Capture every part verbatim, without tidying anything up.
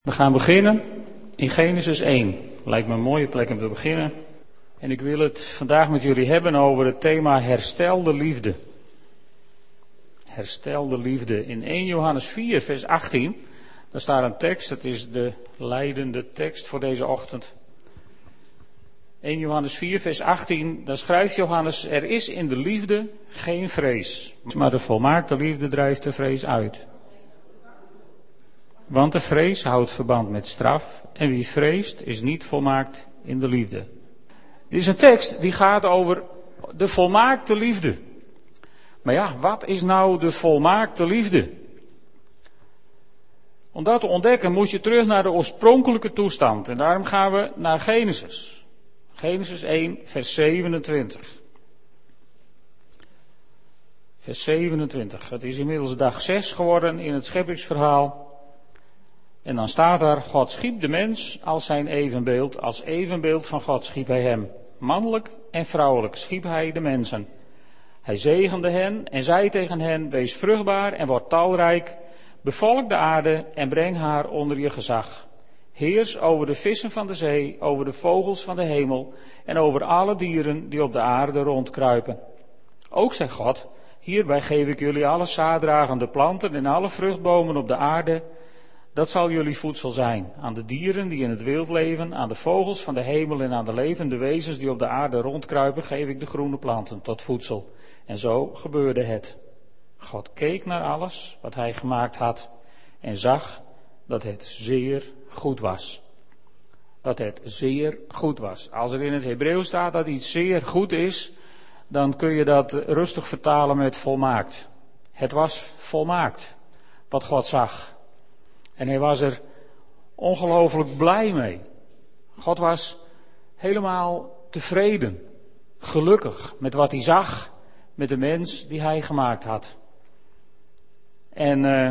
We gaan beginnen in Genesis één. Lijkt me een mooie plek om te beginnen. En ik wil het vandaag met jullie hebben over het thema herstel de liefde. Herstel de liefde. In eerste Johannes vier vers achttien, daar staat een tekst, het is de leidende tekst voor deze ochtend. eerste Johannes vier vers achttien, daar schrijft Johannes, er is in de liefde geen vrees. Maar de volmaakte liefde drijft de vrees uit. Want de vrees houdt verband met straf en wie vreest is niet volmaakt in de liefde. Dit is een tekst die gaat over de volmaakte liefde. Maar ja, wat is nou de volmaakte liefde? Om dat te ontdekken moet je terug naar de oorspronkelijke toestand. En daarom gaan we naar Genesis. Genesis één vers zevenentwintig. Vers zevenentwintig. Het is inmiddels dag zes geworden in het scheppingsverhaal. En dan staat daar, God schiep de mens als zijn evenbeeld, als evenbeeld van God schiep hij hem. Mannelijk en vrouwelijk schiep hij de mensen. Hij zegende hen en zei tegen hen, wees vruchtbaar en word talrijk, bevolk de aarde en breng haar onder je gezag. Heers over de vissen van de zee, over de vogels van de hemel en over alle dieren die op de aarde rondkruipen. Ook zei God, hierbij geef ik jullie alle zaaddragende planten en alle vruchtbomen op de aarde. Dat zal jullie voedsel zijn, aan de dieren die in het wild leven, aan de vogels van de hemel en aan de levende wezens die op de aarde rondkruipen, geef ik de groene planten tot voedsel. En zo gebeurde het. God keek naar alles wat hij gemaakt had en zag dat het zeer goed was. Dat het zeer goed was. Als er in het Hebreeuws staat dat iets zeer goed is, dan kun je dat rustig vertalen met volmaakt. Het was volmaakt wat God zag. En hij was er ongelooflijk blij mee. God was helemaal tevreden, gelukkig met wat hij zag, met de mens die hij gemaakt had. En uh,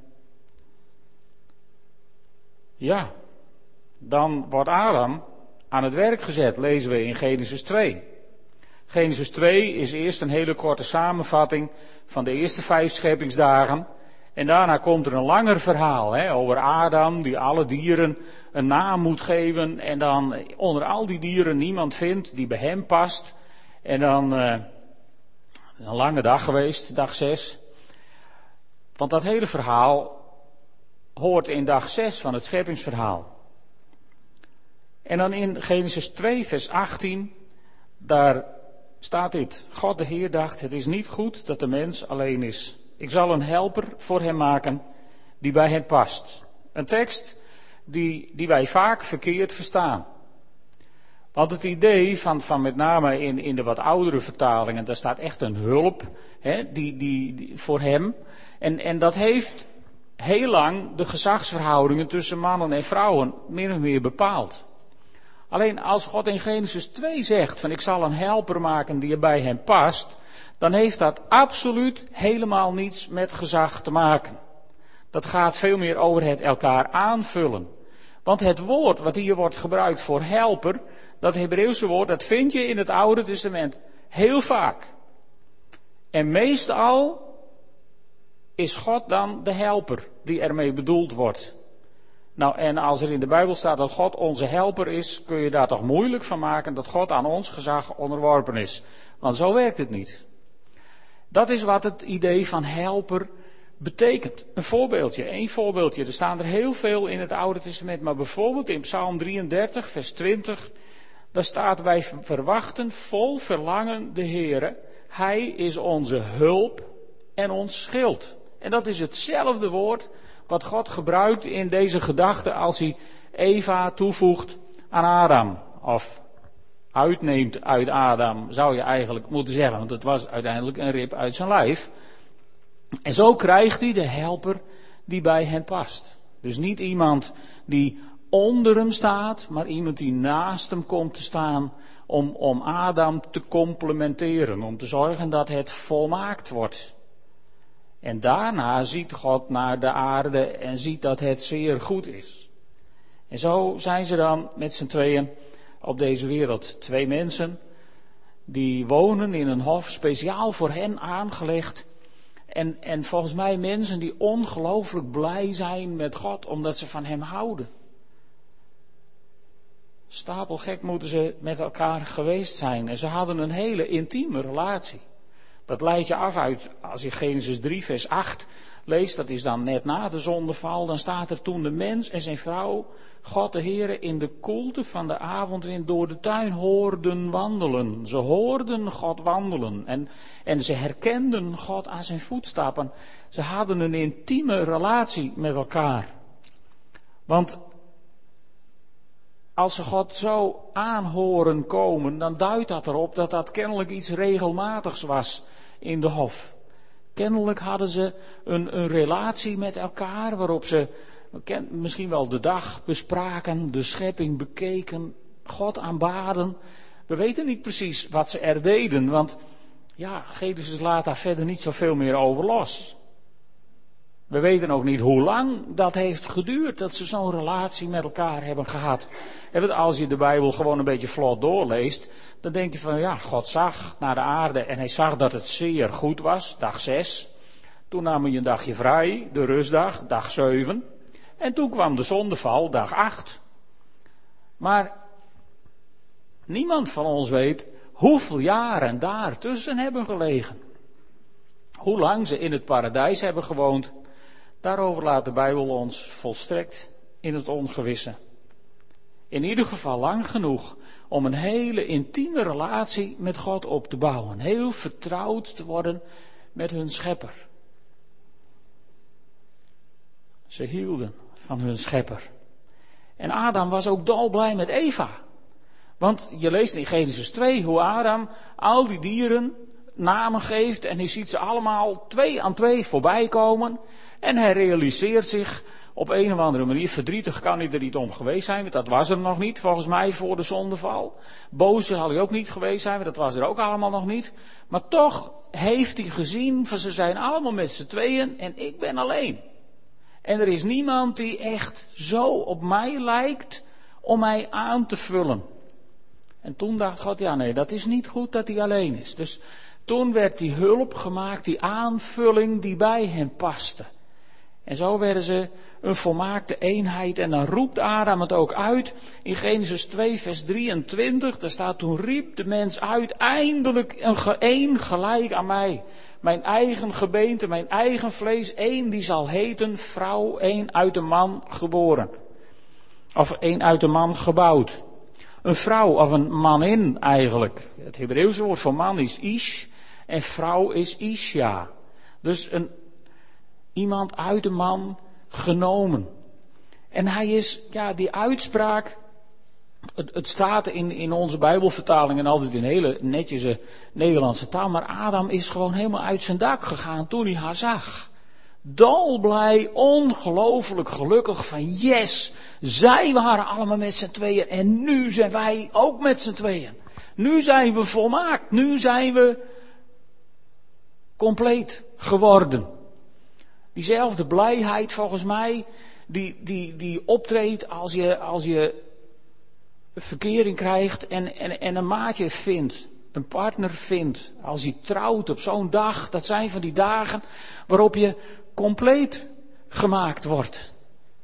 ja, dan wordt Adam aan het werk gezet, lezen we in Genesis twee. Genesis twee is eerst een hele korte samenvatting van de eerste vijf scheppingsdagen. En daarna komt er een langer verhaal hè, over Adam die alle dieren een naam moet geven. En dan onder al die dieren niemand vindt die bij hem past. En dan uh, een lange dag geweest, dag zes. Want dat hele verhaal hoort in dag zes van het scheppingsverhaal. En dan in Genesis twee vers achttien, daar staat dit. God de Heer dacht, het is niet goed dat de mens alleen is. Ik zal een helper voor hem maken die bij hem past. Een tekst die, die wij vaak verkeerd verstaan. Want het idee van, van met name in, in de wat oudere vertalingen, daar staat echt een hulp hè, die, die, die, voor hem. En, en dat heeft heel lang de gezagsverhoudingen tussen mannen en vrouwen min of meer bepaald. Alleen als God in Genesis twee zegt van ik zal een helper maken die er bij hem past, dan heeft dat absoluut helemaal niets met gezag te maken. Dat gaat veel meer over het elkaar aanvullen. Want het woord wat hier wordt gebruikt voor helper, dat Hebreeuwse woord, dat vind je in het Oude Testament heel vaak. En meestal is God dan de helper die ermee bedoeld wordt. Nou, en als er in de Bijbel staat dat God onze helper is, kun je daar toch moeilijk van maken dat God aan ons gezag onderworpen is. Want zo werkt het niet. Dat is wat het idee van helper betekent. Een voorbeeldje, één voorbeeldje. Er staan er heel veel in het Oude Testament, maar bijvoorbeeld in Psalm drieëndertig, vers twintig, daar staat, wij verwachten vol verlangen de Heere. Hij is onze hulp en ons schild. En dat is hetzelfde woord wat God gebruikt in deze gedachte als hij Eva toevoegt aan Adam. Of uitneemt uit Adam, zou je eigenlijk moeten zeggen, want het was uiteindelijk een rib uit zijn lijf. En zo krijgt hij de helper die bij hem past. Dus niet iemand die onder hem staat, maar iemand die naast hem komt te staan om, om Adam te complementeren, om te zorgen dat het volmaakt wordt. En daarna ziet God naar de aarde en ziet dat het zeer goed is. En zo zijn ze dan met z'n tweeën op deze wereld. Twee mensen die wonen in een hof speciaal voor hen aangelegd. En, en volgens mij mensen die ongelooflijk blij zijn met God, omdat ze van hem houden. Stapelgek moeten ze met elkaar geweest zijn. En ze hadden een hele intieme relatie. Dat leidt je af uit, als je Genesis drie vers acht leest, dat is dan net na de zondeval, dan staat er toen de mens en zijn vrouw, God de Heere, in de koelte van de avondwind door de tuin hoorden wandelen. Ze hoorden God wandelen en, en ze herkenden God aan zijn voetstappen. Ze hadden een intieme relatie met elkaar. Want als ze God zo aanhoren komen, dan duidt dat erop dat dat kennelijk iets regelmatigs was in de hof. Kennelijk hadden ze een, een relatie met elkaar waarop ze misschien wel de dag bespraken, de schepping bekeken, God aanbaden. We weten niet precies wat ze er deden, want ja, Genesis laat daar verder niet zoveel meer over los. We weten ook niet hoe lang dat heeft geduurd, dat ze zo'n relatie met elkaar hebben gehad. En als je de Bijbel gewoon een beetje vlot doorleest, dan denk je van ja, God zag naar de aarde en hij zag dat het zeer goed was, dag zes. Toen nam hij een dagje vrij, de rustdag, dag zeven. En toen kwam de zondeval, dag acht. Maar niemand van ons weet hoeveel jaren daar tussen hebben gelegen. Hoe lang ze in het paradijs hebben gewoond, daarover laat de Bijbel ons volstrekt in het ongewisse. In ieder geval lang genoeg om een hele intieme relatie met God op te bouwen. Heel vertrouwd te worden met hun schepper. Ze hielden van hun schepper. En Adam was ook dolblij met Eva. Want je leest in Genesis twee hoe Adam al die dieren namen geeft en hij ziet ze allemaal twee aan twee voorbij komen. En hij realiseert zich op een of andere manier, verdrietig kan hij er niet om geweest zijn, want dat was er nog niet volgens mij voor de zondeval. Boos zal hij ook niet geweest zijn, want dat was er ook allemaal nog niet. Maar toch heeft hij gezien van ze zijn allemaal met z'n tweeën en ik ben alleen. En er is niemand die echt zo op mij lijkt om mij aan te vullen. En toen dacht God, ja nee, dat is niet goed dat hij alleen is. Dus toen werd die hulp gemaakt, die aanvulling die bij hem paste. En zo werden ze een volmaakte eenheid. En dan roept Adam het ook uit in Genesis twee vers drieëntwintig. Daar staat, toen riep de mens uit, eindelijk een één gelijk aan mij. Mijn eigen gebeente, mijn eigen vlees, één die zal heten vrouw, één uit de man geboren. Of één uit de man gebouwd. Een vrouw of een manin eigenlijk. Het Hebreeuwse woord voor man is ish en vrouw is isha. Dus een, iemand uit de man genomen. En hij is, ja, die uitspraak, het, het staat in, in onze Bijbelvertalingen altijd in hele netjes Nederlandse taal, maar Adam is gewoon helemaal uit zijn dak gegaan toen hij haar zag. Dolblij, ongelooflijk gelukkig van yes, zij waren allemaal met z'n tweeën en nu zijn wij ook met z'n tweeën. Nu zijn we volmaakt, nu zijn we compleet geworden. Diezelfde blijheid volgens mij, die, die, die optreedt als je, als je verkering krijgt en, en, en een maatje vindt, een partner vindt. Als je trouwt op zo'n dag, dat zijn van die dagen waarop je compleet gemaakt wordt.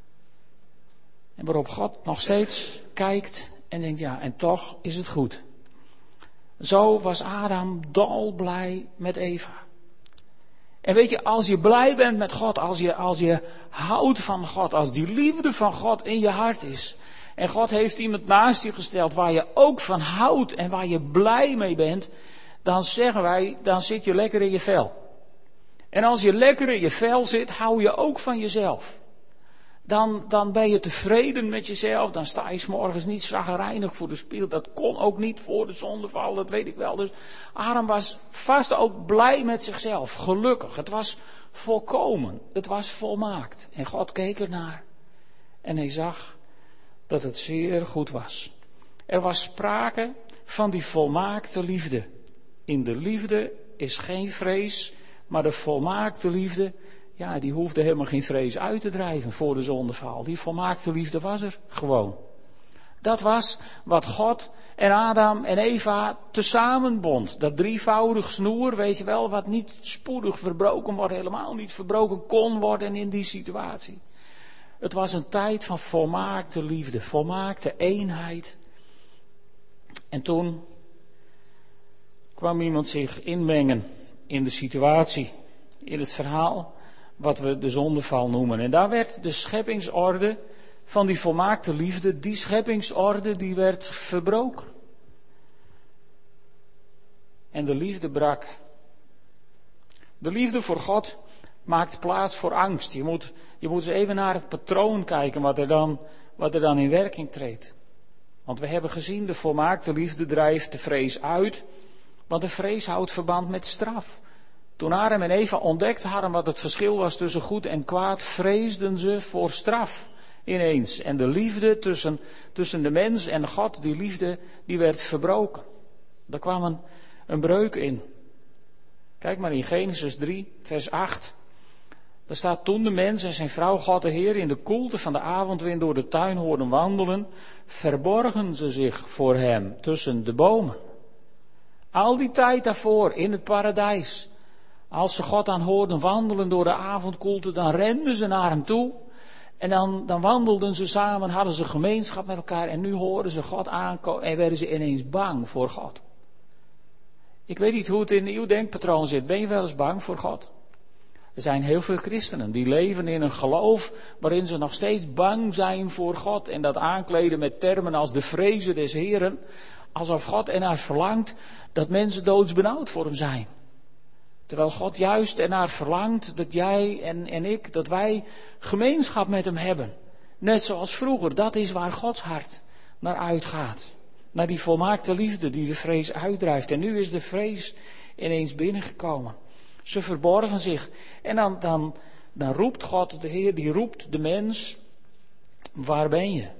En waarop God nog steeds kijkt en denkt, ja, en toch is het goed. Zo was Adam dolblij met Eva. En weet je, als je blij bent met God, als je, als je houdt van God, als die liefde van God in je hart is, en God heeft iemand naast je gesteld waar je ook van houdt en waar je blij mee bent, dan zeggen wij, dan zit je lekker in je vel. En als je lekker in je vel zit, hou je ook van jezelf. Dan, dan ben je tevreden met jezelf, dan sta je 's morgens niet chagrijnig voor de spiegel. Dat kon ook niet voor de zondeval, dat weet ik wel. Dus Adam was vast ook blij met zichzelf, gelukkig. Het was volkomen, het was volmaakt. En God keek ernaar en hij zag dat het zeer goed was. Er was sprake van die volmaakte liefde. In de liefde is geen vrees, maar de volmaakte liefde, ja, die hoefde helemaal geen vrees uit te drijven voor de zondeval. Die volmaakte liefde was er gewoon. Dat was wat God en Adam en Eva tezamen bond. Dat drievoudig snoer, weet je wel, wat niet spoedig verbroken wordt, helemaal niet verbroken kon worden in die situatie. Het was een tijd van volmaakte liefde, volmaakte eenheid. En toen kwam iemand zich inmengen in de situatie, in het verhaal wat we de zondeval noemen. En daar werd de scheppingsorde van die volmaakte liefde, die scheppingsorde, die werd verbroken. En de liefde brak. De liefde voor God maakt plaats voor angst. Je moet, je moet eens even naar het patroon kijken wat er dan, wat er dan in werking treedt. Want we hebben gezien, de volmaakte liefde drijft de vrees uit, want de vrees houdt verband met straf. Toen Adam en Eva ontdekt hadden wat het verschil was tussen goed en kwaad, vreesden ze voor straf ineens. En de liefde tussen, tussen de mens en God, die liefde, die werd verbroken. Daar kwam een, een breuk in. Kijk maar in Genesis drie, vers acht. Daar staat: toen de mens en zijn vrouw God de Heer in de koelte van de avondwind door de tuin hoorden wandelen, verborgen ze zich voor hem tussen de bomen. Al die tijd daarvoor in het paradijs, als ze God aan hoorden wandelen door de avondkoelte, dan renden ze naar hem toe. En dan, dan wandelden ze samen, hadden ze gemeenschap met elkaar. En nu hoorden ze God aankomen en werden ze ineens bang voor God. Ik weet niet hoe het in uw denkpatroon zit. Ben je wel eens bang voor God? Er zijn heel veel christenen die leven in een geloof waarin ze nog steeds bang zijn voor God. En dat aankleden met termen als de vrezen des Heren. Alsof God ernaar verlangt dat mensen doodsbenauwd voor hem zijn. Terwijl God juist ernaar verlangt dat jij en, en ik, dat wij gemeenschap met hem hebben. Net zoals vroeger, dat is waar Gods hart naar uitgaat. Naar die volmaakte liefde die de vrees uitdrijft. En nu is de vrees ineens binnengekomen. Ze verborgen zich. En dan, dan, dan roept God, de Heer, die roept de mens: waar ben je?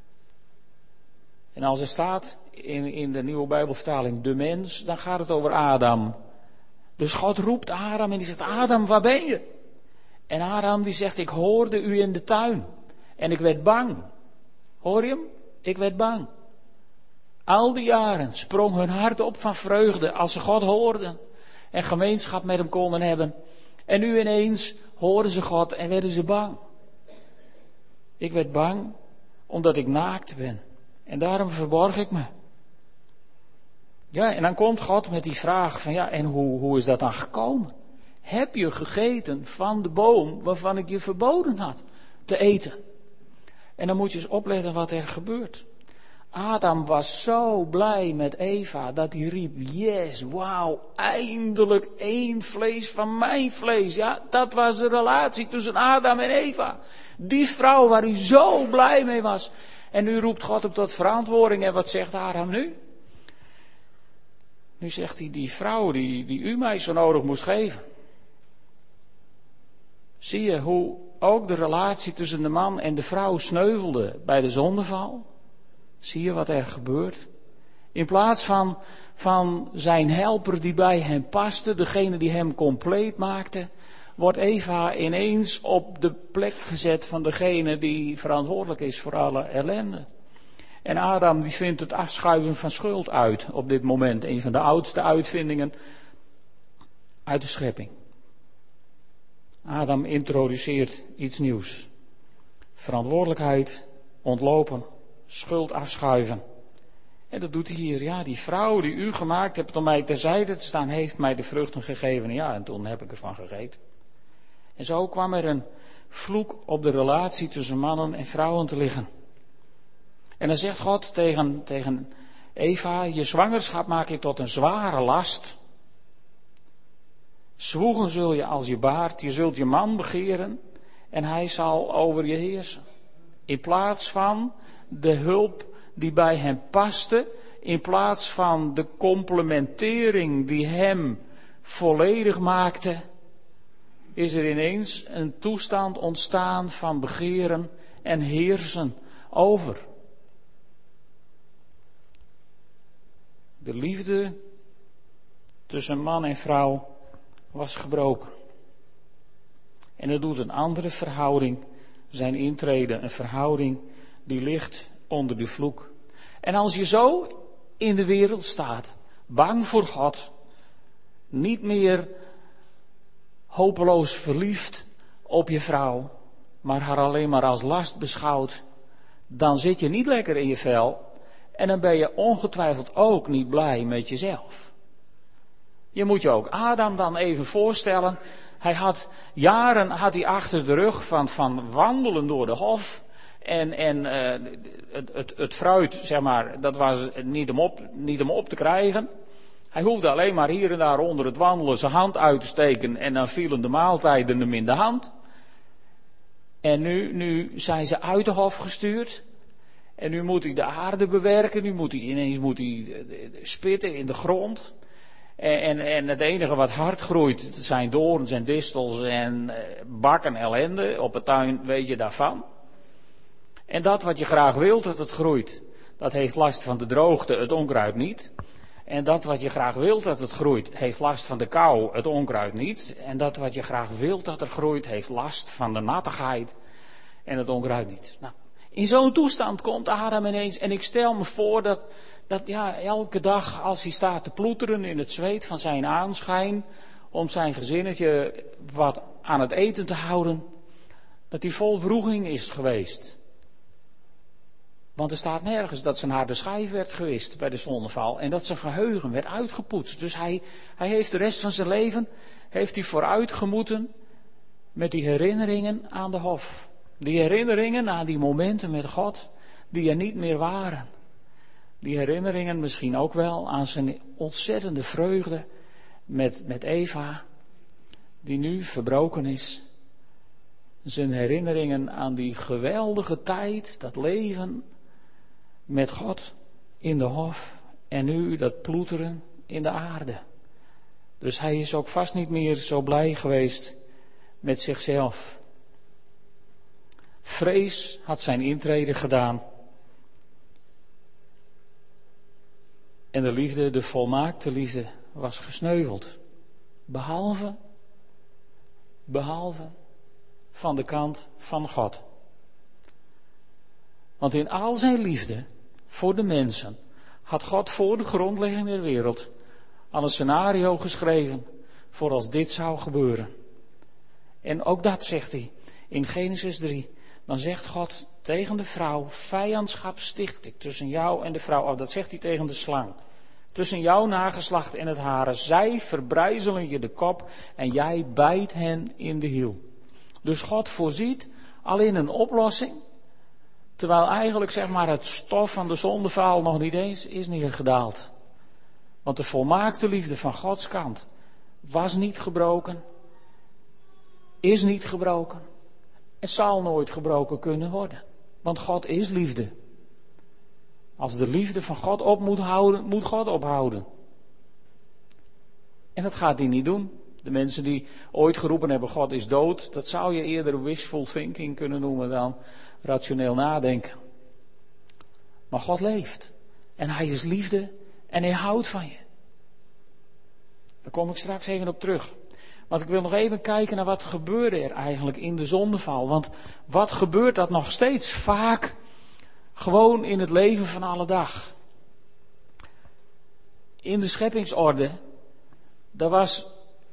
En als er staat in, in de nieuwe Bijbelvertaling de mens, dan gaat het over Adam. Dus God roept Adam en die zegt: Adam, waar ben je? En Adam die zegt: ik hoorde u in de tuin. En ik werd bang. Hoor je hem? Ik werd bang. Al die jaren sprong hun hart op van vreugde als ze God hoorden. En gemeenschap met hem konden hebben. En nu ineens hoorden ze God en werden ze bang. Ik werd bang omdat ik naakt ben. En daarom verborg ik me. Ja, en dan komt God met die vraag van ja, en hoe, hoe is dat dan gekomen? Heb je gegeten van de boom waarvan ik je verboden had te eten? En dan moet je eens opletten wat er gebeurt. Adam was zo blij met Eva dat hij riep: yes, wauw, eindelijk één vlees van mijn vlees. Ja, dat was de relatie tussen Adam en Eva. Die vrouw waar hij zo blij mee was. En nu roept God hem tot verantwoording. En wat zegt Adam nu? Nu zegt hij: die vrouw die, die u mij zo nodig moest geven. Zie je hoe ook de relatie tussen de man en de vrouw sneuvelde bij de zondeval? Zie je wat er gebeurt? In plaats van, van zijn helper die bij hem paste, degene die hem compleet maakte, wordt Eva ineens op de plek gezet van degene die verantwoordelijk is voor alle ellende. En Adam die vindt het afschuiven van schuld uit op dit moment. Een van de oudste uitvindingen uit de schepping. Adam introduceert iets nieuws. Verantwoordelijkheid ontlopen, schuld afschuiven. En dat doet hij hier. Ja, die vrouw die u gemaakt hebt om mij terzijde te staan, heeft mij de vruchten gegeven. Ja, en toen heb ik ervan gegeten. En zo kwam er een vloek op de relatie tussen mannen en vrouwen te liggen. En dan zegt God tegen, tegen Eva: je zwangerschap maak ik tot een zware last. Zwoegen zul je als je baart, je zult je man begeren en hij zal over je heersen. In plaats van de hulp die bij hem paste, in plaats van de complementering die hem volledig maakte, is er ineens een toestand ontstaan van begeren en heersen over. De liefde tussen man en vrouw was gebroken. En er doet een andere verhouding zijn intrede. Een verhouding die ligt onder de vloek. En als je zo in de wereld staat, bang voor God, niet meer hopeloos verliefd op je vrouw, maar haar alleen maar als last beschouwt, dan zit je niet lekker in je vel en dan ben je ongetwijfeld ook niet blij met jezelf. Je moet je ook Adam dan even voorstellen. Hij had jaren had hij achter de rug van, van wandelen door de hof. En, en uh, het, het, het fruit, zeg maar, dat was niet om, op, niet om op te krijgen. Hij hoefde alleen maar hier en daar onder het wandelen zijn hand uit te steken en dan vielen de maaltijden hem in de hand. En nu, nu zijn ze uit de hof gestuurd. En nu moet hij de aarde bewerken, nu moet hij ineens moet hij spitten in de grond. En, en, en het enige wat hard groeit, dat zijn dorens en distels en bakken ellende. Op het tuin weet je daarvan. En dat wat je graag wilt dat het groeit, dat heeft last van de droogte, het onkruid niet. En dat wat je graag wilt dat het groeit, heeft last van de kou, het onkruid niet. En dat wat je graag wilt dat er groeit, heeft last van de nattigheid en het onkruid niet. Nou, in zo'n toestand komt Adam ineens. En ik stel me voor dat, dat ja, elke dag als hij staat te ploeteren in het zweet van zijn aanschijn, om zijn gezinnetje wat aan het eten te houden, dat hij vol wroeging is geweest. Want er staat nergens dat zijn harde schijf werd gewist bij de zondeval en dat zijn geheugen werd uitgepoetst. Dus hij, hij heeft de rest van zijn leven heeft hij vooruitgemoeten met die herinneringen aan de hof. Die herinneringen aan die momenten met God die er niet meer waren. Die herinneringen misschien ook wel aan zijn ontzettende vreugde met, met Eva, die nu verbroken is. Zijn herinneringen aan die geweldige tijd, dat leven met God in de hof en nu dat ploeteren in de aarde. Dus hij is ook vast niet meer zo blij geweest met zichzelf. Vrees had zijn intrede gedaan. En de liefde, de volmaakte liefde, was gesneuveld. Behalve, behalve van de kant van God. Want in al zijn liefde voor de mensen had God voor de grondlegging der wereld al een scenario geschreven voor als dit zou gebeuren. En ook dat zegt hij in Genesis drie. Dan zegt God tegen de vrouw, vijandschap sticht ik tussen jou en de vrouw. Oh, dat zegt hij tegen de slang. Tussen jouw nageslacht en het hare. Zij verbrijzelen je de kop en jij bijt hen in de hiel. Dus God voorziet al in een oplossing. Terwijl eigenlijk zeg maar het stof van de zondeval nog niet eens is neergedaald. Want de volmaakte liefde van Gods kant was niet gebroken. Is niet gebroken. En zal nooit gebroken kunnen worden. Want God is liefde. Als de liefde van God op moet houden, moet God ophouden. En dat gaat hij niet doen. De mensen die ooit geroepen hebben, God is dood, dat zou je eerder wishful thinking kunnen noemen dan rationeel nadenken. Maar God leeft. En hij is liefde en hij houdt van je. Daar kom ik straks even op terug. Want ik wil nog even kijken naar wat gebeurde er eigenlijk in de zondeval. Want wat gebeurt dat nog steeds vaak gewoon in het leven van alle dag? In de scheppingsorde, daar was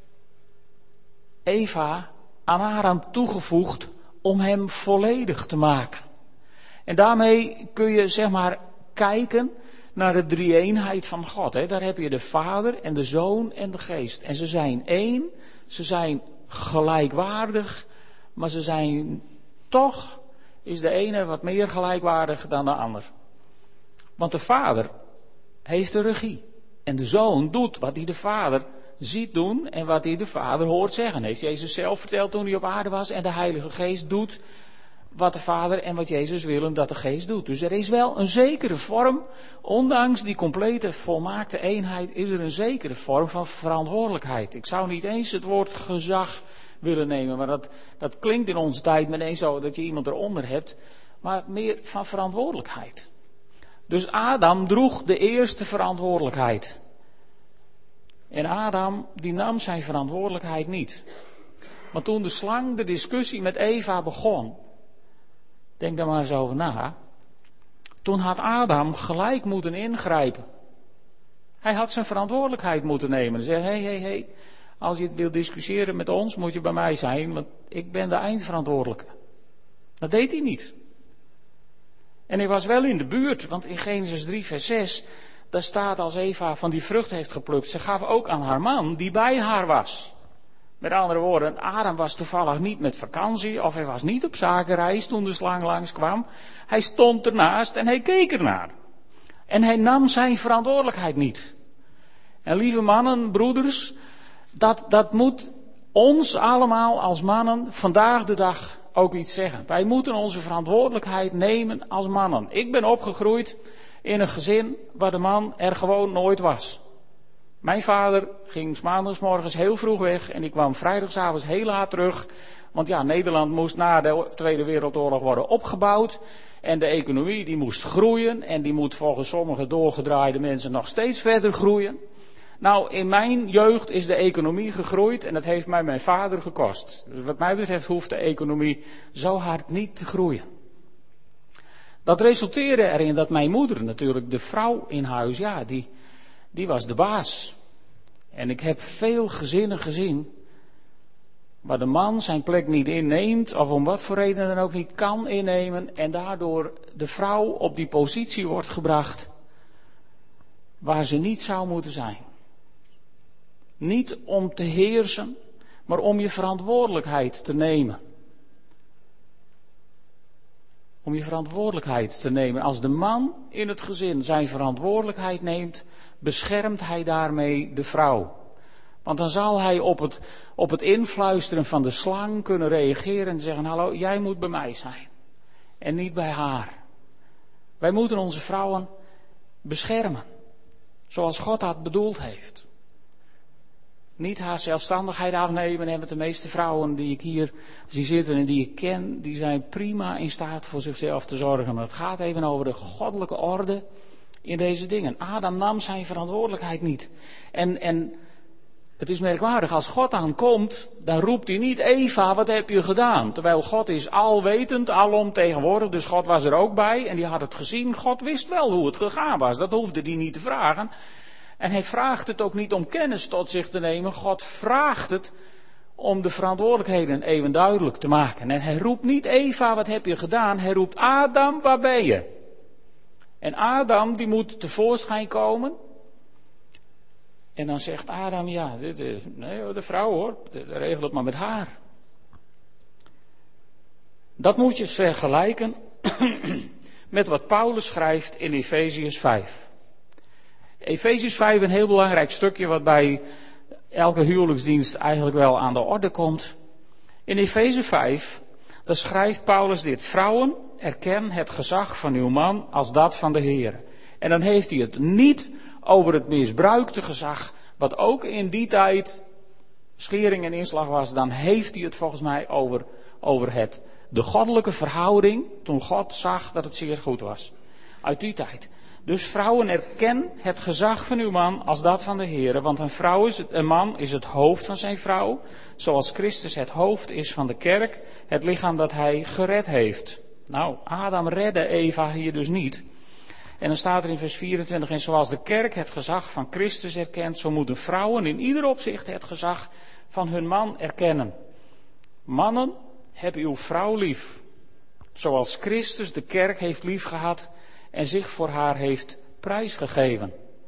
Eva aan Adam toegevoegd om hem volledig te maken. En daarmee kun je zeg maar kijken naar de drie-eenheid van God. Hè. Daar heb je de Vader en de Zoon en de Geest. En ze zijn één, ze zijn gelijkwaardig, maar ze zijn toch, is de ene wat meer gelijkwaardig dan de ander. Want de Vader heeft de regie. En de Zoon doet wat hij de Vader ziet doen en wat hij de Vader hoort zeggen. Heeft Jezus zelf verteld toen hij op aarde was. En de Heilige Geest doet wat de Vader en wat Jezus willen dat de Geest doet. Dus er is wel een zekere vorm, ondanks die complete volmaakte eenheid, is er een zekere vorm van verantwoordelijkheid. Ik zou niet eens het woord gezag willen nemen, maar dat, dat klinkt in onze tijd meteen zo dat je iemand eronder hebt, maar meer van verantwoordelijkheid. Dus Adam droeg de eerste verantwoordelijkheid. En Adam, die nam zijn verantwoordelijkheid niet. Maar toen de slang de discussie met Eva begon, denk daar maar eens over na. Toen had Adam gelijk moeten ingrijpen. Hij had zijn verantwoordelijkheid moeten nemen. En zeggen, hé, hé, hé, als je het wilt discussiëren met ons, moet je bij mij zijn, want ik ben de eindverantwoordelijke. Dat deed hij niet. En hij was wel in de buurt, want in Genesis drie vers zes, daar staat als Eva van die vrucht heeft geplukt, ze gaf ook aan haar man die bij haar was. Met andere woorden, Adam was toevallig niet met vakantie of hij was niet op zakenreis toen de slang langskwam. Hij stond ernaast en hij keek ernaar. En hij nam zijn verantwoordelijkheid niet. En lieve mannen, broeders, dat, dat moet ons allemaal als mannen vandaag de dag ook iets zeggen. Wij moeten onze verantwoordelijkheid nemen als mannen. Ik ben opgegroeid in een gezin waar de man er gewoon nooit was. Mijn vader ging 's maandagsmorgens heel vroeg weg en ik kwam vrijdagavond heel laat terug. Want ja, Nederland moest na de Tweede Wereldoorlog worden opgebouwd. En de economie die moest groeien en die moet volgens sommige doorgedraaide mensen nog steeds verder groeien. Nou, in mijn jeugd is de economie gegroeid en dat heeft mij mijn vader gekost. Dus wat mij betreft hoeft de economie zo hard niet te groeien. Dat resulteerde erin dat mijn moeder natuurlijk, de vrouw in huis, ja, die, die was de baas. En ik heb veel gezinnen gezien waar de man zijn plek niet inneemt of om wat voor reden dan ook niet kan innemen en daardoor de vrouw op die positie wordt gebracht waar ze niet zou moeten zijn. Niet om te heersen, maar om je verantwoordelijkheid te nemen. Om je verantwoordelijkheid te nemen. Als de man in het gezin zijn verantwoordelijkheid neemt, beschermt hij daarmee de vrouw. Want dan zal hij op het, op het influisteren van de slang kunnen reageren en zeggen, hallo, jij moet bij mij zijn. En niet bij haar. Wij moeten onze vrouwen beschermen. Zoals God dat bedoeld heeft. Niet haar zelfstandigheid afnemen. En met de meeste vrouwen die ik hier zie zitten en die ik ken, die zijn prima in staat voor zichzelf te zorgen. Maar het gaat even over de goddelijke orde in deze dingen. Adam nam zijn verantwoordelijkheid niet. En, en het is merkwaardig, als God aankomt, dan roept hij niet, Eva, wat heb je gedaan? Terwijl God is alwetend, alomtegenwoordig, dus God was er ook bij en die had het gezien. God wist wel hoe het gegaan was, dat hoefde hij niet te vragen. En hij vraagt het ook niet om kennis tot zich te nemen. God vraagt het om de verantwoordelijkheden even duidelijk te maken. En hij roept niet, Eva, wat heb je gedaan? Hij roept, Adam, waar ben je? En Adam, die moet tevoorschijn komen. En dan zegt Adam, ja, dit is, nee, de vrouw hoor, regel het maar met haar. Dat moet je eens vergelijken met wat Paulus schrijft in Efeziërs vijf. Efeziërs vijf, een heel belangrijk stukje wat bij elke huwelijksdienst eigenlijk wel aan de orde komt. In Efeze vijf, daar schrijft Paulus dit. Vrouwen, erken het gezag van uw man als dat van de Heer. En dan heeft hij het niet over het misbruikte gezag, wat ook in die tijd schering en inslag was. Dan heeft hij het volgens mij over, over het, de goddelijke verhouding, toen God zag dat het zeer goed was. Uit die tijd. Dus vrouwen, erken het gezag van uw man als dat van de Heer. Want een vrouw is het, een man is het hoofd van zijn vrouw. Zoals Christus het hoofd is van de kerk. Het lichaam dat hij gered heeft. Nou, Adam redde Eva hier dus niet. En dan staat er in vers vierentwintig. En zoals de kerk het gezag van Christus erkent. Zo moeten vrouwen in ieder opzicht het gezag van hun man erkennen. Mannen, heb uw vrouw lief. Zoals Christus de kerk heeft liefgehad en zich voor haar heeft prijsgegeven.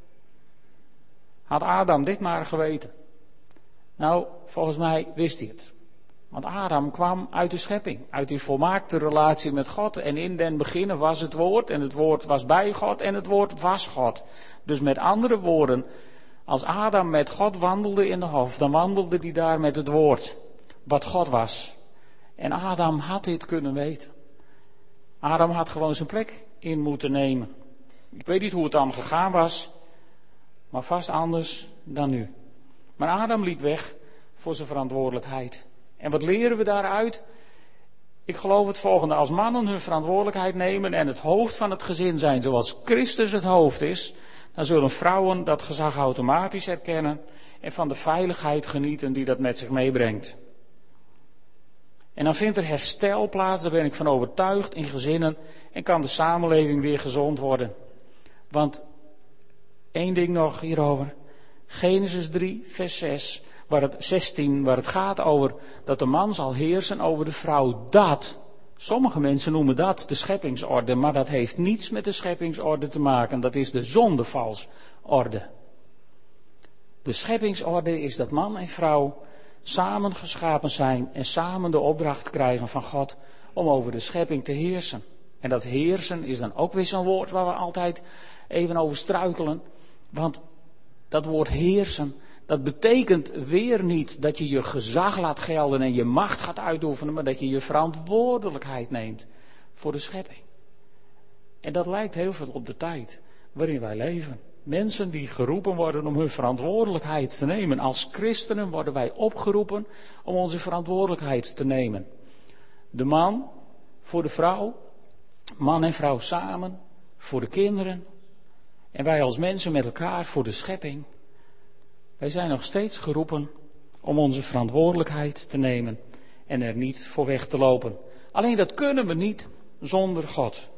Had Adam dit maar geweten? Nou, volgens mij wist hij het. Want Adam kwam uit de schepping, uit die volmaakte relatie met God. En in den beginnen was het woord, en het woord was bij God, en het woord was God. Dus met andere woorden, als Adam met God wandelde in de hof, dan wandelde hij daar met het woord, wat God was. En Adam had dit kunnen weten. Adam had gewoon zijn plek in moeten nemen. Ik weet niet hoe het dan gegaan was, maar vast anders dan nu. Maar Adam liep weg voor zijn verantwoordelijkheid. En wat leren we daaruit? Ik geloof het volgende. Als mannen hun verantwoordelijkheid nemen en het hoofd van het gezin zijn zoals Christus het hoofd is, dan zullen vrouwen dat gezag automatisch herkennen en van de veiligheid genieten die dat met zich meebrengt. En dan vindt er herstel plaats, daar ben ik van overtuigd, in gezinnen. En kan de samenleving weer gezond worden. Want één ding nog hierover. Genesis drie, vers zes, waar het, zestien, waar het gaat over dat de man zal heersen over de vrouw. Dat, sommige mensen noemen dat de scheppingsorde, maar dat heeft niets met de scheppingsorde te maken. Dat is de zondevalsorde. De scheppingsorde is dat man en vrouw samen geschapen zijn en samen de opdracht krijgen van God om over de schepping te heersen. En dat heersen is dan ook weer zo'n woord waar we altijd even over struikelen. Want dat woord heersen, dat betekent weer niet dat je je gezag laat gelden en je macht gaat uitoefenen, maar dat je je verantwoordelijkheid neemt voor de schepping. En dat lijkt heel veel op de tijd waarin wij leven. Mensen die geroepen worden om hun verantwoordelijkheid te nemen. Als christenen worden wij opgeroepen om onze verantwoordelijkheid te nemen. De man voor de vrouw, man en vrouw samen, voor de kinderen. En wij als mensen met elkaar voor de schepping. Wij zijn nog steeds geroepen om onze verantwoordelijkheid te nemen en er niet voor weg te lopen. Alleen dat kunnen we niet zonder God.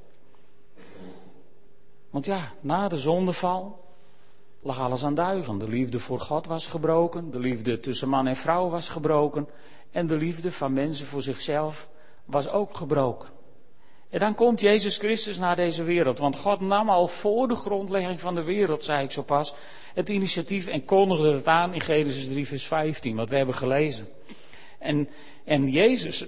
Want ja, na de zondeval lag alles aan duigen. De liefde voor God was gebroken, de liefde tussen man en vrouw was gebroken en de liefde van mensen voor zichzelf was ook gebroken. En dan komt Jezus Christus naar deze wereld, want God nam al voor de grondlegging van de wereld, zei ik zo pas, het initiatief en kondigde het aan in Genesis drie vers vijftien, wat we hebben gelezen. En, en Jezus,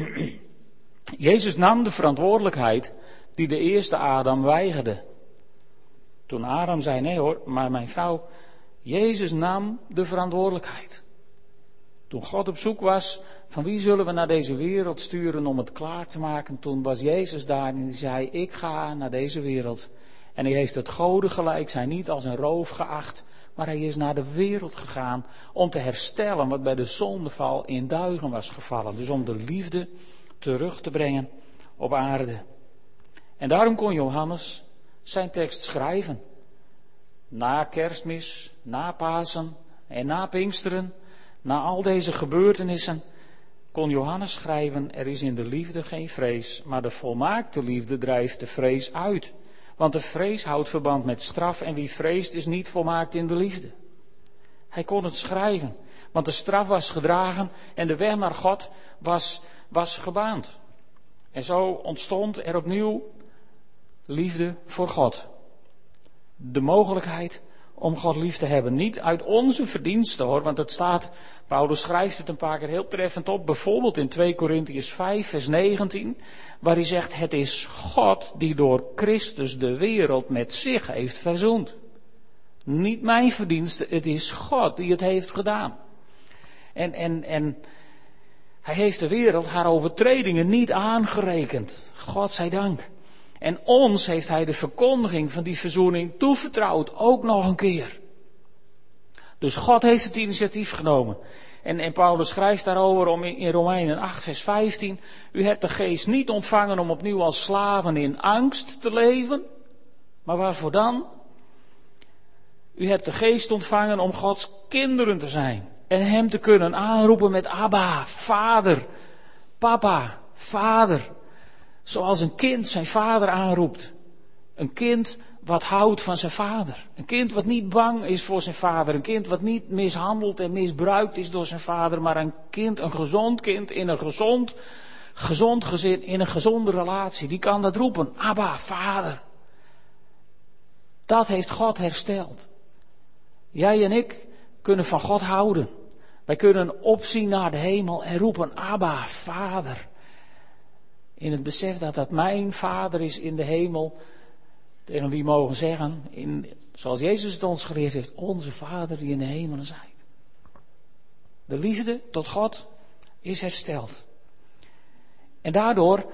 Jezus nam de verantwoordelijkheid die de eerste Adam weigerde. Toen Adam zei, nee hoor, maar mijn vrouw, Jezus nam de verantwoordelijkheid. Toen God op zoek was, van wie zullen we naar deze wereld sturen om het klaar te maken, toen was Jezus daar en die zei, ik ga naar deze wereld. En hij heeft het goden gelijk zijn niet als een roof geacht, maar hij is naar de wereld gegaan om te herstellen wat bij de zondeval in duigen was gevallen. Dus om de liefde terug te brengen op aarde. En daarom kon Johannes zijn tekst schrijven. Na Kerstmis, na Pasen en na Pinksteren, na al deze gebeurtenissen, kon Johannes schrijven, er is in de liefde geen vrees, maar de volmaakte liefde drijft de vrees uit. Want de vrees houdt verband met straf en wie vreest is niet volmaakt in de liefde. Hij kon het schrijven, want de straf was gedragen en de weg naar God was, was gebaand. En zo ontstond er opnieuw liefde voor God. De mogelijkheid om God lief te hebben. Niet uit onze verdiensten hoor, want het staat, Paulus schrijft het een paar keer heel treffend op, bijvoorbeeld in twee Korintiërs vijf vers negentien, waar hij zegt, het is God die door Christus de wereld met zich heeft verzoend. Niet mijn verdiensten, het is God die het heeft gedaan. En, en, en hij heeft de wereld haar overtredingen niet aangerekend. God zij dank. En ons heeft hij de verkondiging van die verzoening toevertrouwd, ook nog een keer. Dus God heeft het initiatief genomen. En, en Paulus schrijft daarover om in, in Romeinen acht vers vijftien. U hebt de geest niet ontvangen om opnieuw als slaven in angst te leven. Maar waarvoor dan? U hebt de geest ontvangen om Gods kinderen te zijn. En hem te kunnen aanroepen met Abba, vader, papa, vader. Zoals een kind zijn vader aanroept. Een kind wat houdt van zijn vader. Een kind wat niet bang is voor zijn vader. Een kind wat niet mishandeld en misbruikt is door zijn vader. Maar een kind, een gezond kind in een gezond, gezond gezin, in een gezonde relatie. Die kan dat roepen. Abba, vader. Dat heeft God hersteld. Jij en ik kunnen van God houden. Wij kunnen opzien naar de hemel en roepen Abba, vader. In het besef dat dat mijn vader is in de hemel. Tegen wie mogen zeggen, in, zoals Jezus het ons geleerd heeft, onze vader die in de hemelen zijt. De liefde tot God is hersteld. En daardoor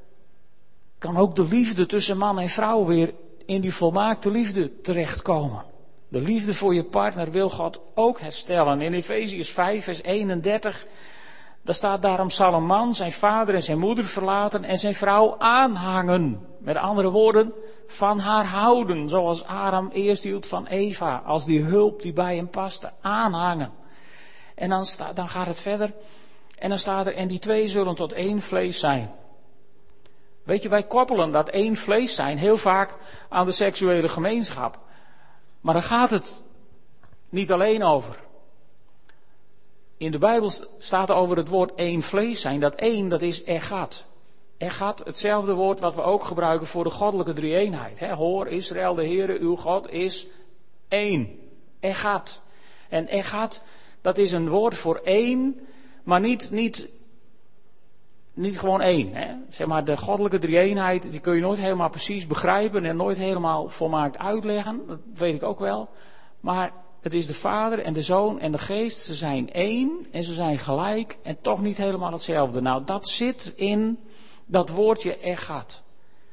kan ook de liefde tussen man en vrouw weer in die volmaakte liefde terechtkomen. De liefde voor je partner wil God ook herstellen. In Efeziërs vijf vers eenendertig, daar staat daarom zal een man zijn vader en zijn moeder verlaten en zijn vrouw aanhangen. Met andere woorden, van haar houden, zoals Adam eerst hield van Eva, als die hulp die bij hem paste, aanhangen. En dan, sta, dan gaat het verder. En dan staat er, en die twee zullen tot één vlees zijn. Weet je, wij koppelen dat één vlees zijn heel vaak aan de seksuele gemeenschap. Maar daar gaat het niet alleen over. In de Bijbel staat er over het woord één vlees zijn. Dat één, dat is egat. Egat, hetzelfde woord wat we ook gebruiken voor de goddelijke drie-eenheid. He, hoor Israël, de Heere, uw God is één. Egat. En egat, dat is een woord voor één, maar niet, niet, niet gewoon één. Hè. Zeg maar, de goddelijke drie-eenheid, die kun je nooit helemaal precies begrijpen en nooit helemaal volmaakt uitleggen. Dat weet ik ook wel. Maar het is de Vader en de Zoon en de Geest. Ze zijn één en ze zijn gelijk en toch niet helemaal hetzelfde. Nou, dat zit in dat woordje egat.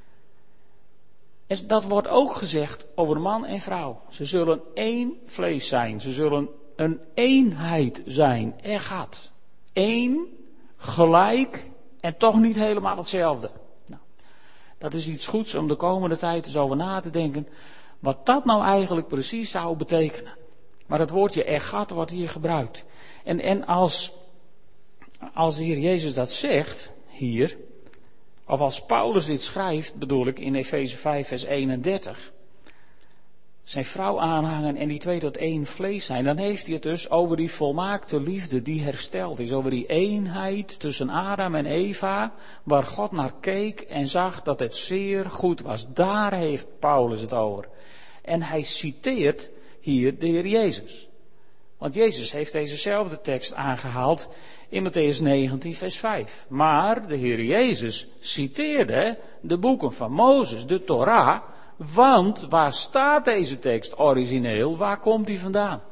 En dat wordt ook gezegd over man en vrouw. Ze zullen één vlees zijn. Ze zullen een eenheid zijn. Egat. Eén, gelijk en toch niet helemaal hetzelfde. Nou, dat is iets goeds om de komende tijd eens over na te denken. Wat dat nou eigenlijk precies zou betekenen. Maar het woordje egat wordt hier gebruikt. En, en als, als de Heer Jezus dat zegt, hier, of als Paulus dit schrijft, bedoel ik in Efeze vijf vers eenendertig, zijn vrouw aanhangen en die twee tot één vlees zijn, dan heeft hij het dus over die volmaakte liefde die hersteld is, over die eenheid tussen Adam en Eva, waar God naar keek en zag dat het zeer goed was. Daar heeft Paulus het over. En hij citeert hier de Heer Jezus. Want Jezus heeft dezezelfde tekst aangehaald in Mattheüs negentien vers vijf. Maar de Heer Jezus citeerde de boeken van Mozes, de Torah. Want waar staat deze tekst origineel? Waar komt die vandaan?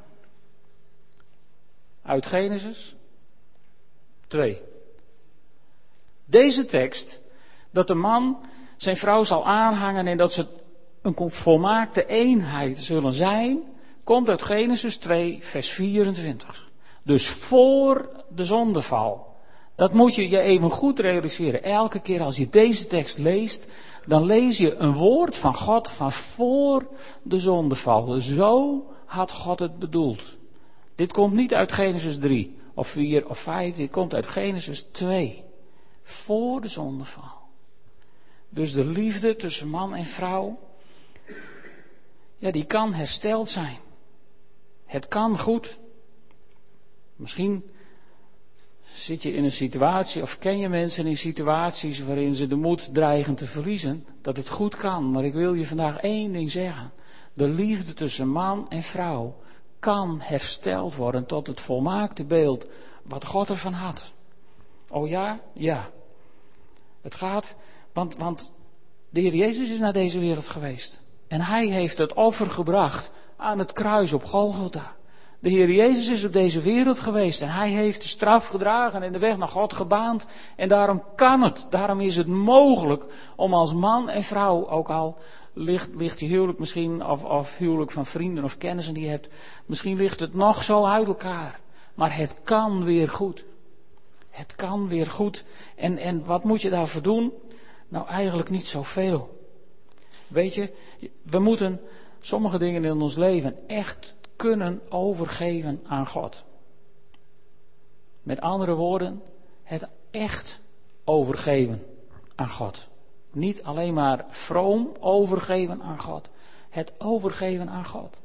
Uit Genesis twee. Deze tekst, dat de man zijn vrouw zal aanhangen en dat ze een volmaakte eenheid zullen zijn, komt uit Genesis twee vers vierentwintig. Dus voor de zondeval. Dat moet je je even goed realiseren. Elke keer als je deze tekst leest, dan lees je een woord van God van voor de zondeval. Zo had God het bedoeld. Dit komt niet uit Genesis drie of vier of vijf. Dit komt uit Genesis twee. Voor de zondeval. Dus de liefde tussen man en vrouw, ja, die kan hersteld zijn. Het kan goed. Misschien zit je in een situatie of ken je mensen in situaties waarin ze de moed dreigen te verliezen, dat het goed kan. Maar ik wil je vandaag één ding zeggen. De liefde tussen man en vrouw kan hersteld worden tot het volmaakte beeld wat God ervan had. Oh ja? Ja. Het gaat, want, want de Heer Jezus is naar deze wereld geweest. En hij heeft het offer gebracht aan het kruis op Golgotha. De Heer Jezus is op deze wereld geweest en hij heeft de straf gedragen en de weg naar God gebaand. En daarom kan het, daarom is het mogelijk om als man en vrouw, ook al ligt, ligt je huwelijk misschien, of, of huwelijk van vrienden of kennissen die je hebt, misschien ligt het nog zo uit elkaar. Maar het kan weer goed. Het kan weer goed. En, en wat moet je daarvoor doen? Nou, eigenlijk niet zoveel. Weet je, we moeten sommige dingen in ons leven echt kunnen overgeven aan God. Met andere woorden, het echt overgeven aan God. Niet alleen maar vroom overgeven aan God. Het overgeven aan God.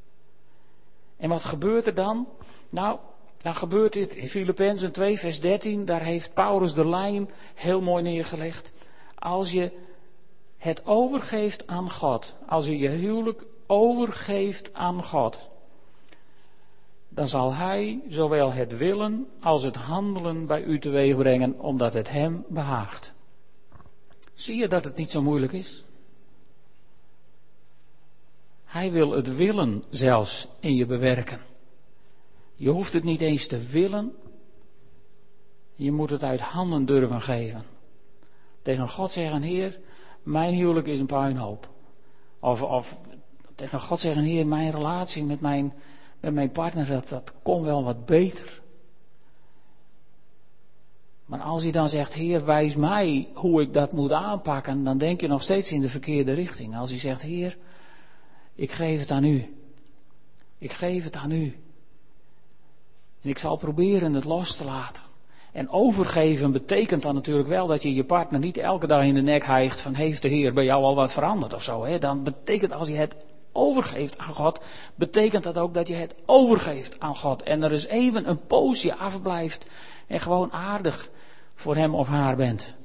En wat gebeurt er dan? Nou, dan gebeurt dit in Filippenzen twee vers dertien. Daar heeft Paulus de lijn heel mooi neergelegd. Als je het overgeeft aan God. Als je je huwelijk overgeeft aan God. Dan zal hij zowel het willen als het handelen bij u teweeg brengen, omdat het hem behaagt. Zie je dat het niet zo moeilijk is? Hij wil het willen zelfs in je bewerken. Je hoeft het niet eens te willen. Je moet het uit handen durven geven. Tegen God zeggen, Heer, mijn huwelijk is een puinhoop. Of, of tegen God zeggen, Heer, mijn relatie met mijn, met mijn partner, dat, dat kon wel wat beter. Maar als hij dan zegt, Heer, wijs mij hoe ik dat moet aanpakken, dan denk je nog steeds in de verkeerde richting. Als hij zegt, Heer, ik geef het aan u. Ik geef het aan u. En ik zal proberen het los te laten. En overgeven betekent dan natuurlijk wel dat je je partner niet elke dag in de nek hijgt van heeft de Heer bij jou al wat veranderd of zo. Hè? Dan betekent als je het overgeeft aan God, betekent dat ook dat je het overgeeft aan God. En er eens even een poosje afblijft en gewoon aardig voor hem of haar bent.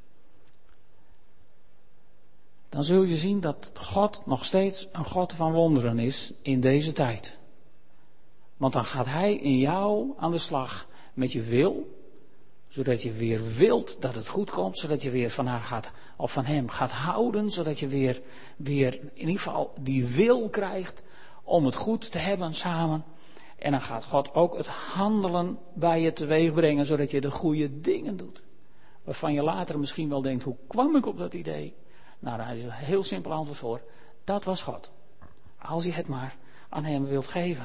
Dan zul je zien dat God nog steeds een God van wonderen is in deze tijd. Want dan gaat hij in jou aan de slag met je wil, zodat je weer wilt dat het goed komt, zodat je weer van haar gaat, of van hem gaat houden, zodat je weer, weer in ieder geval die wil krijgt om het goed te hebben samen. En dan gaat God ook het handelen bij je teweeg brengen, zodat je de goede dingen doet. Waarvan je later misschien wel denkt, hoe kwam ik op dat idee? Nou, daar is een heel simpel antwoord voor. Dat was God. Als je het maar aan hem wilt geven.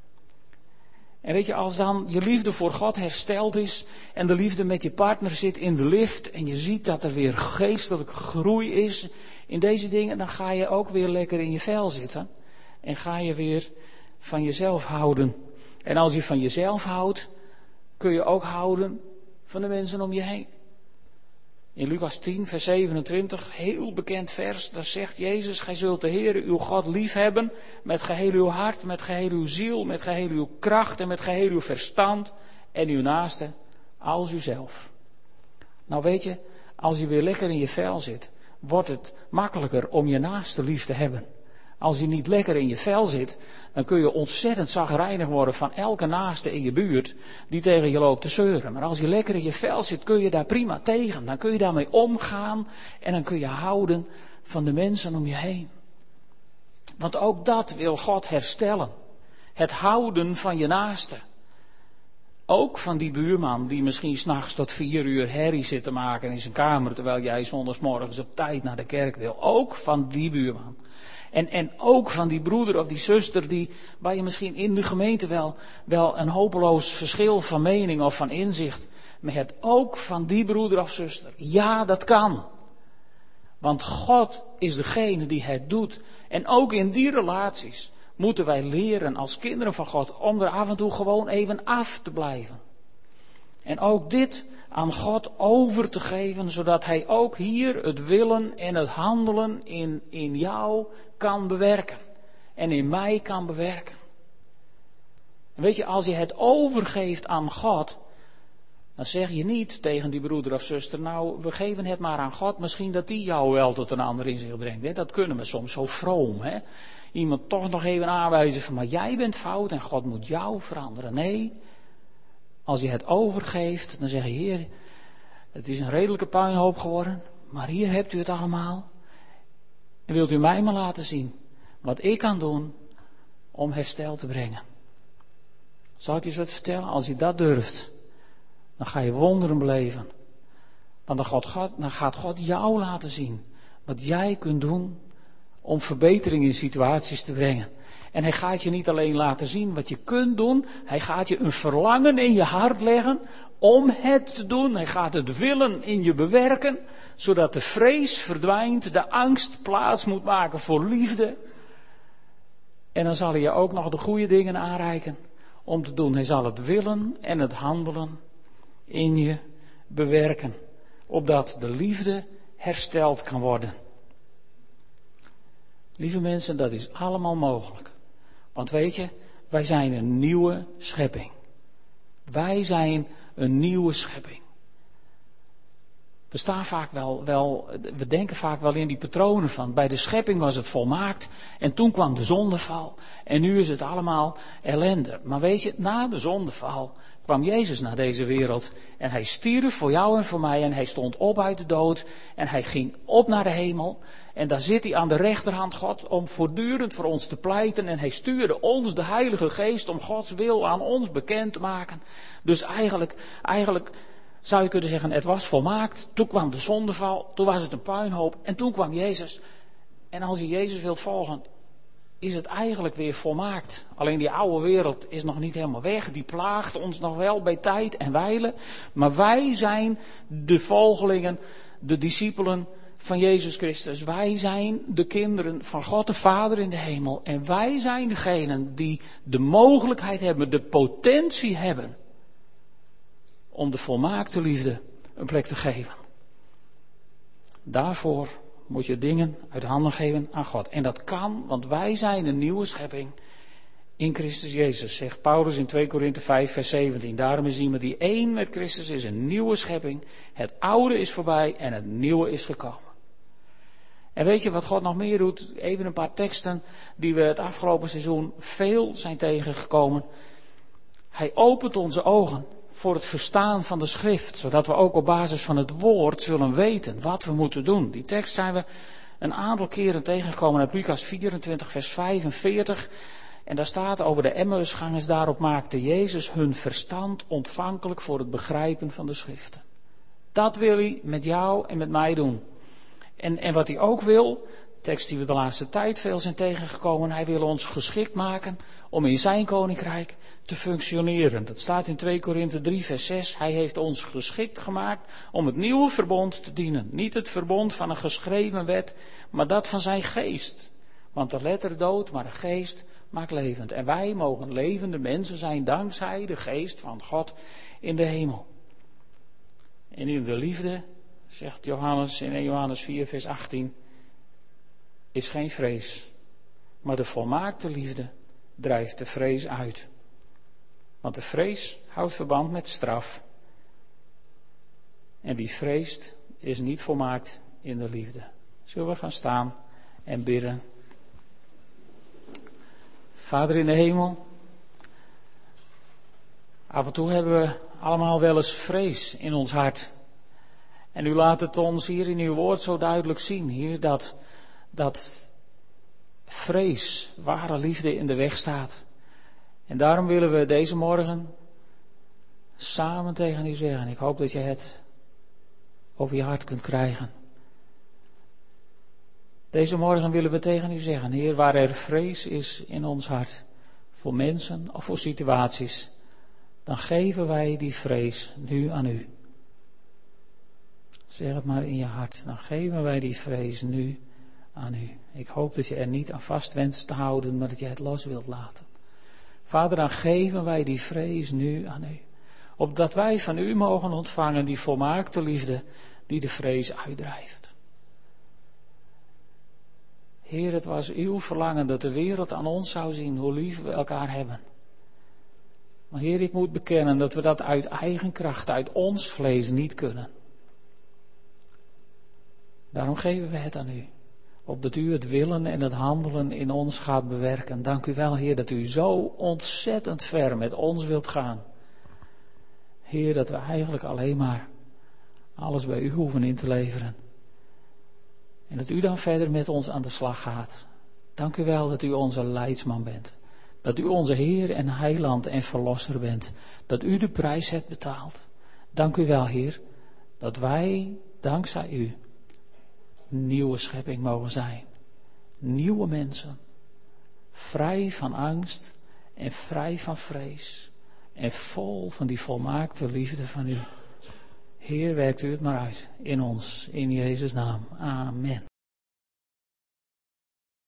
En weet je, als dan je liefde voor God hersteld is en de liefde met je partner zit in de lift en je ziet dat er weer geestelijke groei is in deze dingen, dan ga je ook weer lekker in je vel zitten en ga je weer van jezelf houden. En als je van jezelf houdt, kun je ook houden van de mensen om je heen. In Lucas tien, vers zevenentwintig, heel bekend vers, daar zegt Jezus, gij zult de Heere uw God lief hebben met geheel uw hart, met geheel uw ziel, met geheel uw kracht en met geheel uw verstand en uw naaste als uzelf. Nou weet je, als je weer lekker in je vel zit, wordt het makkelijker om je naaste lief te hebben. Als je niet lekker in je vel zit, dan kun je ontzettend chagrijnig worden van elke naaste in je buurt die tegen je loopt te zeuren. Maar als je lekker in je vel zit, kun je daar prima tegen. Dan kun je daarmee omgaan en dan kun je houden van de mensen om je heen. Want ook dat wil God herstellen. Het houden van je naaste. Ook van die buurman die misschien 's nachts tot vier uur herrie zit te maken in zijn kamer, terwijl jij zondagsmorgens op tijd naar de kerk wil. Ook van die buurman. En, en ook van die broeder of die zuster die, waar je misschien in de gemeente wel, wel een hopeloos verschil van mening of van inzicht mee hebt. Ook van die broeder of zuster. Ja, dat kan. Want God is degene die het doet. En ook in die relaties moeten wij leren als kinderen van God om er af en toe gewoon even af te blijven. En ook dit aan God over te geven, zodat hij ook hier het willen en het handelen in, in jou kan bewerken. En in mij kan bewerken. En weet je, als je het overgeeft aan God, dan zeg je niet tegen die broeder of zuster, nou, we geven het maar aan God, misschien dat die jou wel tot een ander inzicht brengt. Hè? Dat kunnen we soms zo vroom, hè. Iemand toch nog even aanwijzen van, maar jij bent fout en God moet jou veranderen. Nee, als je het overgeeft, dan zeg je, Heer, het is een redelijke puinhoop geworden, maar hier hebt u het allemaal. En wilt u mij maar laten zien wat ik kan doen om herstel te brengen. Zal ik je eens wat vertellen? Als je dat durft, dan ga je wonderen beleven. Want dan gaat God, dan gaat God jou laten zien wat jij kunt doen om verbetering in situaties te brengen. En hij gaat je niet alleen laten zien wat je kunt doen, hij gaat je een verlangen in je hart leggen om het te doen. Hij gaat het willen in je bewerken, zodat de vrees verdwijnt, de angst plaats moet maken voor liefde. En dan zal hij je ook nog de goede dingen aanreiken om te doen. Hij zal het willen en het handelen in je bewerken, opdat de liefde hersteld kan worden. Lieve mensen, dat is allemaal mogelijk. Want weet je, wij zijn een nieuwe schepping. Wij zijn een nieuwe schepping. We staan vaak wel, wel, we denken vaak wel in die patronen van, bij de schepping was het volmaakt en toen kwam de zondeval en nu is het allemaal ellende. Maar weet je, na de zondeval kwam Jezus naar deze wereld en hij stierf voor jou en voor mij en hij stond op uit de dood en hij ging op naar de hemel. En daar zit hij aan de rechterhand God om voortdurend voor ons te pleiten. En hij stuurde ons, de Heilige Geest, om Gods wil aan ons bekend te maken. Dus eigenlijk, eigenlijk zou je kunnen zeggen, het was volmaakt. Toen kwam de zondeval, toen was het een puinhoop en toen kwam Jezus. En als je Jezus wilt volgen, is het eigenlijk weer volmaakt. Alleen die oude wereld is nog niet helemaal weg. Die plaagt ons nog wel bij tijd en wijle. Maar wij zijn de volgelingen, de discipelen van Jezus Christus. Wij zijn de kinderen van God de Vader in de hemel. En wij zijn degenen die de mogelijkheid hebben, de potentie hebben om de volmaakte liefde een plek te geven. Daarvoor moet je dingen uit handen geven aan God. En dat kan, want wij zijn een nieuwe schepping in Christus Jezus, zegt Paulus in twee Korinthe vijf vers zeventien. Daarom is iemand die één met Christus is een nieuwe schepping. Het oude is voorbij en het nieuwe is gekomen. En weet je wat God nog meer doet? Even een paar teksten die we het afgelopen seizoen veel zijn tegengekomen. Hij opent onze ogen voor het verstaan van de schrift, zodat we ook op basis van het woord zullen weten wat we moeten doen. Die tekst zijn we een aantal keren tegengekomen uit Lucas vierentwintig vers vijfenveertig. En daar staat over de Emmausgangers, daarop maakte Jezus hun verstand ontvankelijk voor het begrijpen van de schriften. Dat wil hij met jou en met mij doen. En, en wat hij ook wil, tekst die we de laatste tijd veel zijn tegengekomen, hij wil ons geschikt maken om in zijn koninkrijk te functioneren. Dat staat in twee Korinthe drie vers zes. Hij heeft ons geschikt gemaakt om het nieuwe verbond te dienen. Niet het verbond van een geschreven wet, maar dat van zijn geest. Want de letter doodt, maar de geest maakt levend. En wij mogen levende mensen zijn dankzij de geest van God in de hemel. En in de liefde, zegt Johannes in Johannes vier vers achttien, is geen vrees. Maar de volmaakte liefde drijft de vrees uit. Want de vrees houdt verband met straf. En wie vreest is niet volmaakt in de liefde. Zullen we gaan staan en bidden? Vader in de hemel, af en toe hebben we allemaal wel eens vrees in ons hart. En u laat het ons hier in uw woord zo duidelijk zien, Heer, dat, dat vrees, ware liefde in de weg staat. En daarom willen we deze morgen samen tegen u zeggen, ik hoop dat je het over je hart kunt krijgen. Deze morgen willen we tegen u zeggen, Heer, waar er vrees is in ons hart, voor mensen of voor situaties, dan geven wij die vrees nu aan u. Zeg het maar in je hart, dan geven wij die vrees nu aan u. Ik hoop dat je er niet aan vast wenst te houden, maar dat je het los wilt laten. Vader, dan geven wij die vrees nu aan u. Opdat wij van u mogen ontvangen die volmaakte liefde die de vrees uitdrijft. Heer, het was uw verlangen dat de wereld aan ons zou zien hoe lief we elkaar hebben. Maar Heer, ik moet bekennen dat we dat uit eigen kracht, uit ons vlees niet kunnen. Daarom geven we het aan u. Opdat u het willen en het handelen in ons gaat bewerken. Dank u wel, Heer, dat u zo ontzettend ver met ons wilt gaan. Heer, dat we eigenlijk alleen maar alles bij u hoeven in te leveren. En dat u dan verder met ons aan de slag gaat. Dank u wel dat u onze leidsman bent. Dat u onze Heer en Heiland en Verlosser bent. Dat u de prijs hebt betaald. Dank u wel, Heer, dat wij, dankzij u, nieuwe schepping mogen zijn. Nieuwe mensen. Vrij van angst en vrij van vrees. En vol van die volmaakte liefde van u. Heer, werkt u het maar uit in ons. In Jezus' naam. Amen.